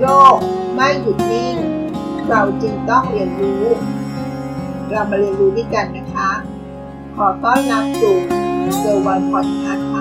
กไม่หยุดนิ่งเราจึงต้องเรียนรู้เรามาเรียนรู้ด้วยกันนะคะขอต้อนรับสู่เซอร์วันพอดคาสต์ค่ะ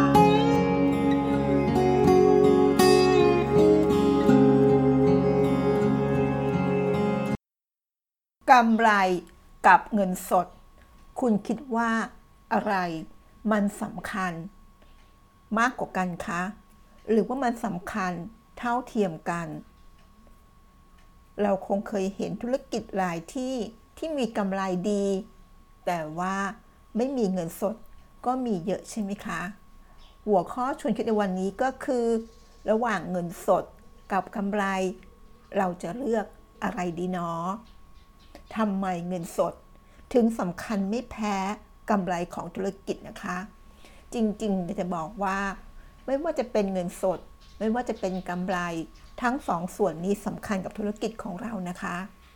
กำไรกับเงินสดคุณคิดว่าอะไรมันสำคัญมากกว่ากันคะหรือว่ามันสำคัญเท่าเทียมกันเราคงเคยเห็นธุรกิจหลายที่มีกำไรดีแต่ว่าไม่มีเงินสดก็มีเยอะใช่ไหมคะหัวข้อชวนคิดในวันนี้ก็คือระหว่างเงินสดกับกำไรเราจะเลือกอะไรดีเนาะทำไมเงินสดถึงสำคัญไม่แพ้กำไรของธุรกิจนะคะจริงๆจะบอกว่าไม่ว่าจะเป็นเงินสดไม่ว่าจะเป็นกำไรทั้งสองส่วนนี้สำคัญกับธุรกิจของเรานะคะ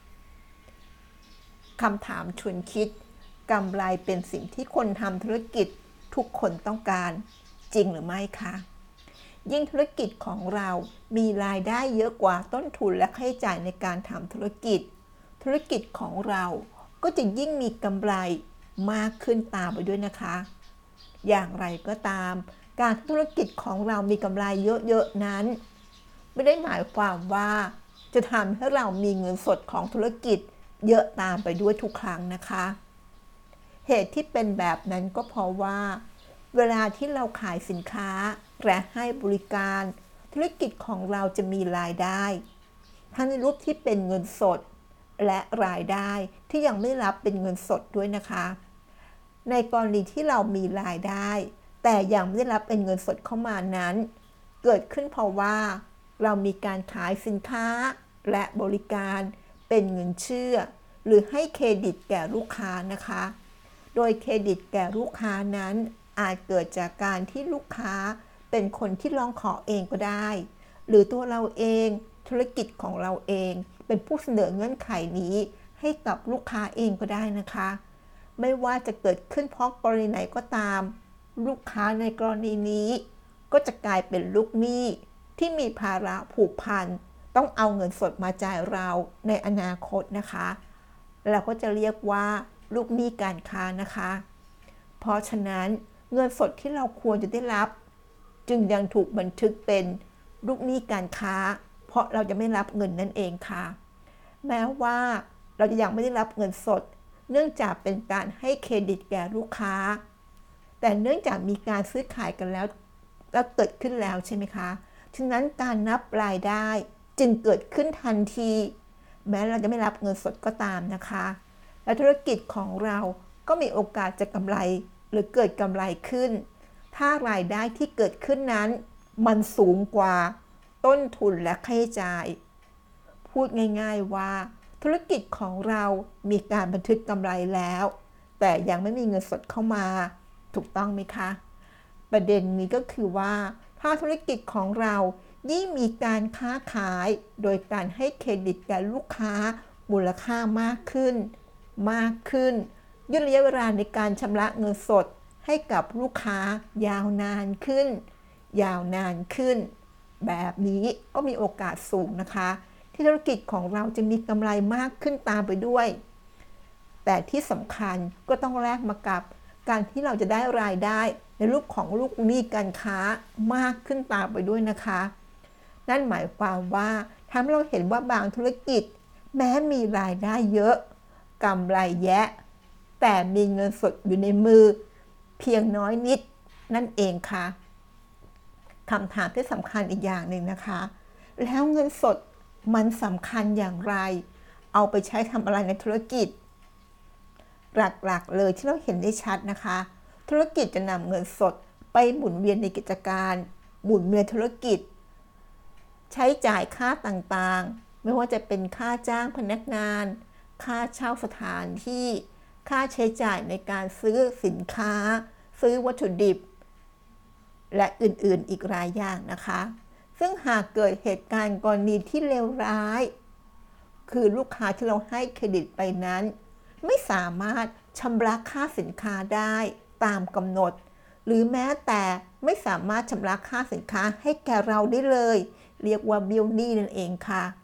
คำถามชวนคิดกำไรเป็นสิ่งที่คนทำธุรกิจทุกคนต้องการจริงหรือไม่คะยิ่งธุรกิจของเรามีรายได้เยอะกว่าต้นทุนและค่าใช้จ่ายในการทำธุรกิจของเราก็จะยิ่งมีกำไรมากขึ้นตามไปด้วยนะคะอย่างไรก็ตามการธุรกิจของเรามีกำไรเยอะๆนั้นไม่ได้หมายความว่าจะทำให้เรามีเงินสดของธุรกิจเยอะตามไปด้วยทุกครั้งนะคะเหตุที่เป็นแบบนั้นก็เพราะว่าเวลาที่เราขายสินค้าและให้บริการธุรกิจของเราจะมีรายได้ทั้งในรูปที่เป็นเงินสดและรายได้ที่ยังไม่รับเป็นเงินสดด้วยนะคะในกรณีที่เรามีรายได้แต่ยังไม่ได้รับเป็นเงินสดเข้ามานั้นเกิดขึ้นเพราะว่าเรามีการขายสินค้าและบริการเป็นเงินเชื่อหรือให้เครดิตแก่ลูกค้านะคะโดยเครดิตแก่ลูกค้านั้นอาจเกิดจากการที่ลูกค้าเป็นคนที่ร้องขอเองก็ได้หรือตัวเราเองธุรกิจของเราเองเป็นผู้เสนอเงื่อนไขนี้ให้กับลูกค้าเองก็ได้นะคะไม่ว่าจะเกิดขึ้นเพราะกรณีไหนก็ตามลูกค้าในกรณีนี้ก็จะกลายเป็นลูกหนี้ที่มีภาระผูกพันต้องเอาเงินสดมาจ่ายเราในอนาคตนะคะเราก็จะเรียกว่าลูกหนี้การค้านะคะเพราะฉะนั้นเงินสดที่เราควรจะได้รับจึงยังถูกบันทึกเป็นลูกหนี้การค้าเพราะเราจะไม่รับเงินนั่นเองค่ะแม้ว่าเราจะยังไม่ได้รับเงินสดเนื่องจากเป็นการให้เครดิตแก่ลูกค้าแต่เนื่องจากมีการซื้อขายกันแล้วเกิดขึ้นแล้วใช่ไหมคะฉะนั้นการนับรายได้จึงเกิดขึ้นทันทีแม้เราจะไม่รับเงินสดก็ตามนะคะและธุรกิจของเราก็มีโอกาสจะกำไรหรือเกิดกำไรขึ้นถ้ารายได้ที่เกิดขึ้นนั้นมันสูงกว่าต้นทุนและค่าใช้จ่ายพูดง่ายๆว่าธุรกิจของเรามีการบันทึกกำไรแล้วแต่ยังไม่มีเงินสดเข้ามาถูกต้องไหมคะประเด็นนี้ก็คือว่าถ้าธุรกิจของเรายิ่งมีการค้าขายโดยการให้เครดิตแก่ลูกค้ามูลค่ามากขึ้นยืดระยะเวลาในการชำระเงินสดให้กับลูกค้ายาวนานขึ้นแบบนี้ก็มีโอกาสสูงนะคะที่ธุรกิจของเราจะมีกำไรมากขึ้นตามไปด้วยแต่ที่สำคัญก็ต้องแลกมากับการที่เราจะได้รายได้ในรูปของลูกหนี้การค้ามากขึ้นตามไปด้วยนะคะนั่นหมายความว่าทำให้เราเห็นว่าบางธุรกิจแม้มีรายได้เยอะกำไรแยะแต่มีเงินสดอยู่ในมือเพียงน้อยนิดนั่นเองค่ะคำถามที่สำคัญอีกอย่างหนึ่งนะคะแล้วเงินสดมันสำคัญอย่างไรเอาไปใช้ทำอะไรในธุรกิจหลักๆเลยที่เราเห็นได้ชัดนะคะธุรกิจจะนำเงินสดไปหมุนเวียนในกิจการหมุนเวียนธุรกิจใช้จ่ายค่าต่างๆไม่ว่าจะเป็นค่าจ้างพนักงานค่าเช่าสถานที่ค่าใช้จ่ายในการซื้อสินค้าซื้อวัตถุดิบและอื่นๆอีกหลายอย่างนะคะซึ่งหากเกิดเหตุการณ์กรณีที่เลวร้ายคือลูกค้าที่เราให้เครดิตไปนั้นไม่สามารถชำระค่าสินค้าได้ตามกำหนดหรือแม้แต่ไม่สามารถชำระค่าสินค้าให้แก่เราได้เลยเรียกว่าเบี้ยวหนี้นั่นเองค่ะ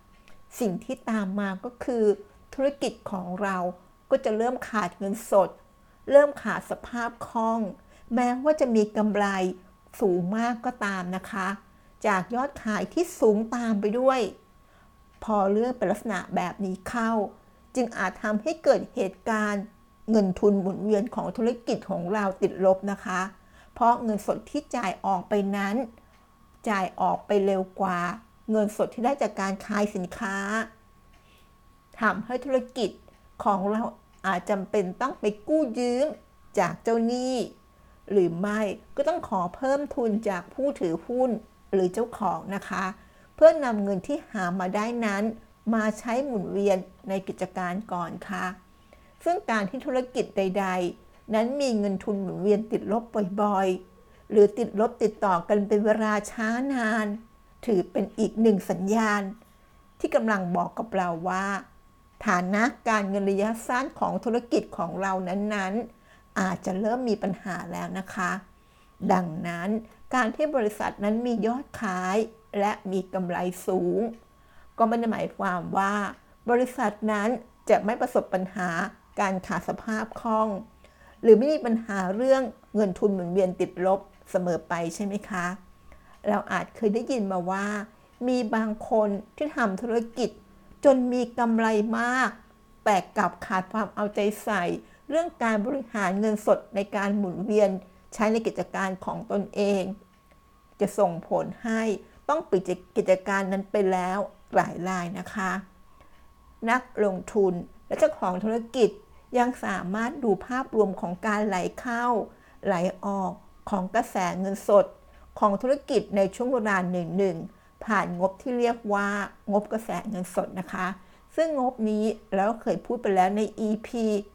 สิ่งที่ตามมาก็คือธุรกิจของเราก็จะเริ่มขาดเงินสดเริ่มขาดสภาพคล่องแม้ว่าจะมีกำไรสูงมากก็ตามนะคะจากยอดขายที่สูงตามไปด้วยพอเรื่องเป็นลักษณะแบบนี้เข้าจึงอาจทำให้เกิดเหตุการณ์เงินทุนหมุนเวียนของธุรกิจของเราติดลบนะคะเพราะเงินสดที่จ่ายออกไปนั้นจ่ายออกไปเร็วกว่าเงินสดที่ได้จากการขายสินค้าทำให้ธุรกิจของเราอาจจำเป็นต้องไปกู้ยืมจากเจ้าหนี้หรือไม่ก็ต้องขอเพิ่มทุนจากผู้ถือหุ้นหรือเจ้าของนะคะเพื่อนำเงินที่หามาได้นั้นมาใช้หมุนเวียนในกิจการก่อนค่ะซึ่งการที่ธุรกิจใดๆนั้นมีเงินทุนหมุนเวียนติดลบบ่อยๆหรือติดลบติดต่อกันเป็นเวลาช้านานถือเป็นอีกหนึ่งสัญญาณที่กำลังบอกกับเราว่าฐานะการเงินระยะสั้นของธุรกิจของเรานั้นๆอาจจะเริ่มมีปัญหาแล้วนะคะดังนั้นการที่บริษัทนั้นมียอดขายและมีกำไรสูงก็ไม่ได้หมายความว่าบริษัทนั้นจะไม่ประสบปัญหาการขาดสภาพคล่องหรือไม่มีปัญหาเรื่องเงินทุนหมุนเวียนติดลบเสมอไปใช่ไหมคะเราอาจเคยได้ยินมาว่ามีบางคนที่ทำธุรกิจจนมีกำไรมากแต่กลับขาดความเอาใจใส่เรื่องการบริหารเงินสดในการหมุนเวียนใช้ในกิจการของตนเองจะส่งผลให้ต้องปิดกิจการนั้นไปแล้วหลายรายนะคะนักลงทุนและเจ้าของธุรกิจยังสามารถดูภาพรวมของการไหลเข้าไหลออกของกระแสเงินสดของธุรกิจในช่วงเวลาหนึ่งผ่านงบที่เรียกว่างบกระแสเงินสดนะคะซึ่งงบนี้เราเคยพูดไปแล้วใน EP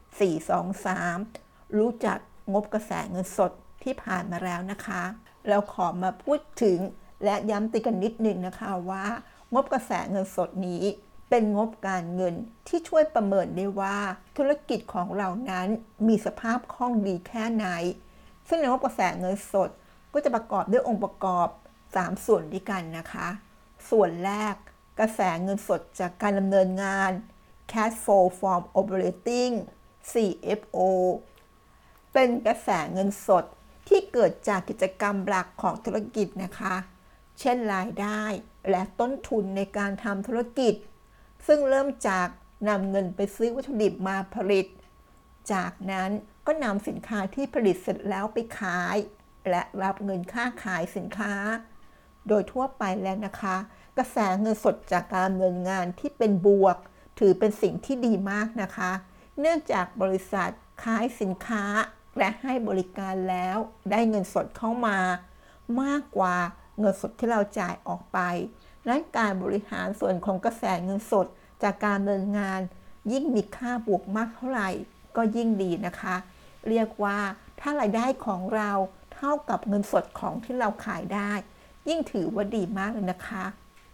423รู้จักงบกระแสเงินสดที่ผ่านมาแล้วนะคะเราขอมาพูดถึงและย้ำเตือนกันนิดนึงนะคะว่างบกระแสเงินสดนี้เป็นงบการเงินที่ช่วยประเมินได้ว่าธุรกิจของเรานั้นมีสภาพคล่องดีแค่ไหนซึ่งในงบกระแสเงินสดก็จะประกอบด้วยองค์ประกอบ3ส่วนด้วยกันนะคะส่วนแรกกระแสเงินสดจากการดำเนินงาน Cash Flow from Operating CFO เป็นกระแสเงินสดที่เกิดจากกิจกรรมหลักของธุรกิจนะคะเช่นรายได้และต้นทุนในการทำธุรกิจซึ่งเริ่มจากนำเงินไปซื้อวัตถุดิบมาผลิตจากนั้นก็นำสินค้าที่ผลิตเสร็จแล้วไปขายและรับเงินค่าขายสินค้าโดยทั่วไปแล้วนะคะกระแสเงินสดจากการดำเนินงานที่เป็นบวกถือเป็นสิ่งที่ดีมากนะคะเนื่องจากบริษัทขายสินค้าและให้บริการแล้วได้เงินสดเข้ามามากกว่าเงินสดที่เราจ่ายออกไปและการบริหารส่วนของกระแสเงินสดจากการดำเนินงานยิ่งมีค่าบวกมากเท่าไหร่ก็ยิ่งดีนะคะเรียกว่าถ้ารายได้ของเราเท่ากับเงินสดของที่เราขายได้ยิ่งถือว่าดีมากเลยนะคะ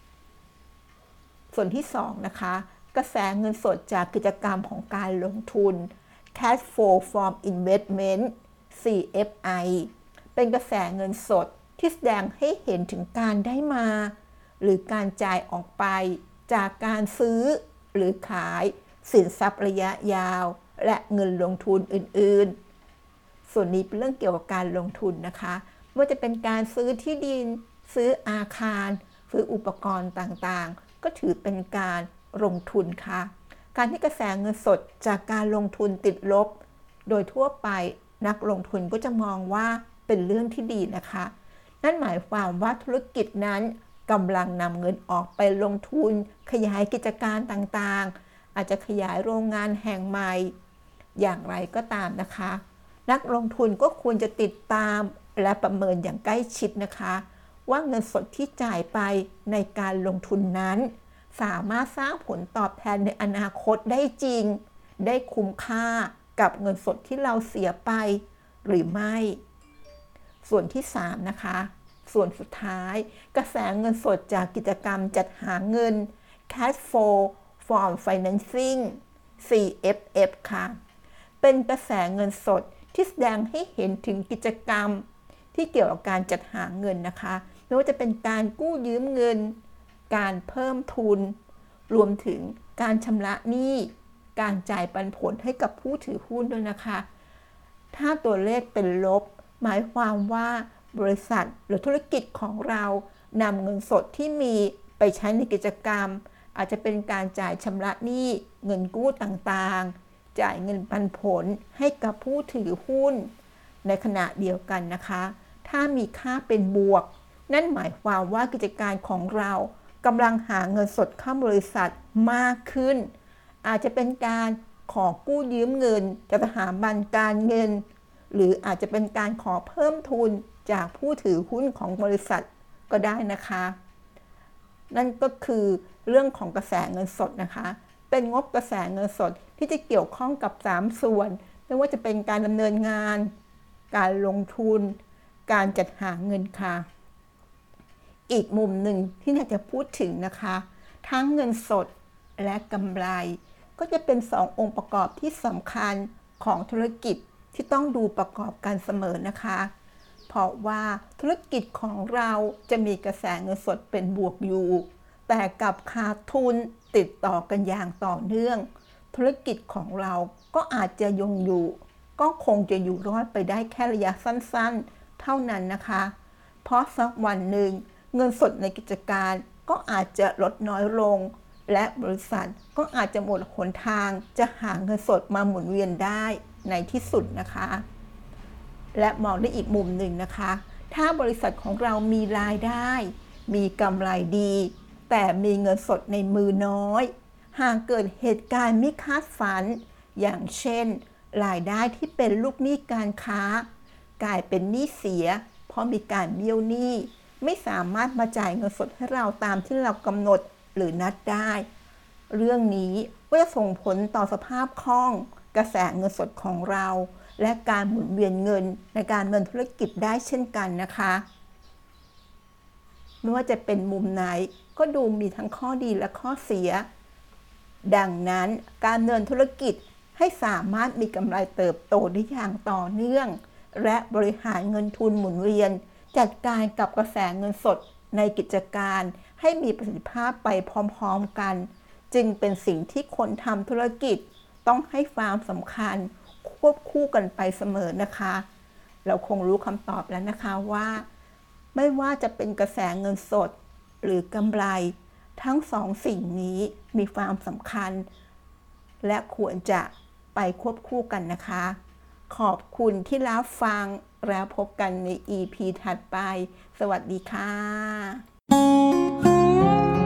ส่วนที่2นะคะกระแสเงินสดจากกิจกรรมของการลงทุน Cash Flow from Investment CFI เป็นกระแสเงินสดที่แสดงให้เห็นถึงการได้มาหรือการจ่ายออกไปจากการซื้อหรือขายสินทรัพย์ระยะยาวและเงินลงทุนอื่นๆส่วนนี้เป็นเรื่องเกี่ยวกับการลงทุนนะคะไม่ว่าจะเป็นการซื้อที่ดินซื้ออาคารซื้ออุปกรณ์ต่างๆก็ถือเป็นการลงทุนค่ะการที่กระแสเงินสดจากการลงทุนติดลบโดยทั่วไปนักลงทุนก็จะมองว่าเป็นเรื่องที่ดีนะคะนั่นหมายความว่าธุรกิจนั้นกำลังนำเงินออกไปลงทุนขยายกิจการต่างๆอาจจะขยายโรงงานแห่งใหม่อย่างไรก็ตามนะคะนักลงทุนก็ควรจะติดตามและประเมินอย่างใกล้ชิดนะคะว่าเงินสดที่จ่ายไปในการลงทุนนั้นสามารถสร้างผลตอบแทนในอนาคตได้จริงได้คุ้มค่ากับเงินสดที่เราเสียไปหรือไม่ส่วนที่3นะคะส่วนสุดท้ายกระแสเงินสดจากกิจกรรมจัดหาเงิน Cash Flow from Financing CFF ค่ะเป็นกระแสเงินสดที่แสดงให้เห็นถึงกิจกรรมที่เกี่ยวกับการจัดหาเงินนะคะไม่ว่าจะเป็นการกู้ยืมเงินการเพิ่มทุนรวมถึงการชำระหนี้การจ่ายปันผลให้กับผู้ถือหุ้นด้วยนะคะถ้าตัวเลขเป็นลบหมายความว่าบริษัทหรือธุรกิจของเรานำเงินสดที่มีไปใช้ในกิจกรรมอาจจะเป็นการจ่ายชำระหนี้เงินกู้ต่างๆจ่ายเงินปันผลให้กับผู้ถือหุ้นในขณะเดียวกันนะคะถ้ามีค่าเป็นบวกนั่นหมายความว่ากิจการของเรากำลังหาเงินสดเข้าบริษัทมากขึ้นอาจจะเป็นการขอกู้ยืมเงินจากสถาบันการเงินหรืออาจจะเป็นการขอเพิ่มทุนจากผู้ถือหุ้นของบริษัทก็ได้นะคะนั่นก็คือเรื่องของกระแสเงินสดนะคะเป็นงบกระแสเงินสดที่จะเกี่ยวข้องกับ3ส่วนไม่ว่าจะเป็นการดำเนินงานการลงทุนการจัดหาเงินค่ะอีกมุมหนึ่งที่อยากจะพูดถึงนะคะทั้งเงินสดและกำไรก็จะเป็น2องค์ประกอบที่สำคัญของธุรกิจที่ต้องดูประกอบกันเสมอนะคะเพราะว่าธุรกิจของเราจะมีกระแสเงินสดเป็นบวกอยู่แต่กับขาดทุนติดต่อกันอย่างต่อเนื่องธุรกิจของเราก็อาจจะอยู่ก็คงจะอยู่รอดไปได้แค่ระยะสั้นๆเท่านั้นนะคะเพราะสักวันหนึ่งเงินสดในกิจการก็อาจจะลดน้อยลงและบริษัทก็อาจจะหมดหนทางจะหาเงินสดมาหมุนเวียนได้ในที่สุดนะคะและมองได้อีกมุมหนึ่งนะคะถ้าบริษัทของเรามีรายได้มีกำไรดีแต่มีเงินสดในมือน้อยหากเกิดเหตุการณ์ไม่คาดฝันอย่างเช่นรายได้ที่เป็นลูกหนี้การค้ากลายเป็นหนี้เสียเพราะมีการเบี้ยวหนี้ไม่สามารถมาจ่ายเงินสดให้เราตามที่เรากำหนดหรือนัดได้เรื่องนี้ก็จะส่งผลต่อสภาพคล่องกระแสเงินสดของเราและการหมุนเวียนเงินในการดำเนินธุรกิจได้เช่นกันนะคะไม่ว่าจะเป็นมุมไหนก็ดูมีทั้งข้อดีและข้อเสียดังนั้นการดำเนินธุรกิจให้สามารถมีกำไรเติบโตได้อย่างต่อเนื่องและบริหารเงินทุนหมุนเวียนจัดการกับกระแสเงินสดในกิจการให้มีประสิทธิภาพไปพร้อมๆกันจึงเป็นสิ่งที่คนทำธุรกิจต้องให้ความสำคัญควบคู่กันไปเสมอนะคะเราคงรู้คำตอบแล้วนะคะว่าไม่ว่าจะเป็นกระแสเงินสดหรือกำไรทั้ง2สิ่งนี้มีความสำคัญและควรจะไปควบคู่กันนะคะขอบคุณที่รับฟังแล้วพบกันใน EP ถัดไปสวัสดีค่ะ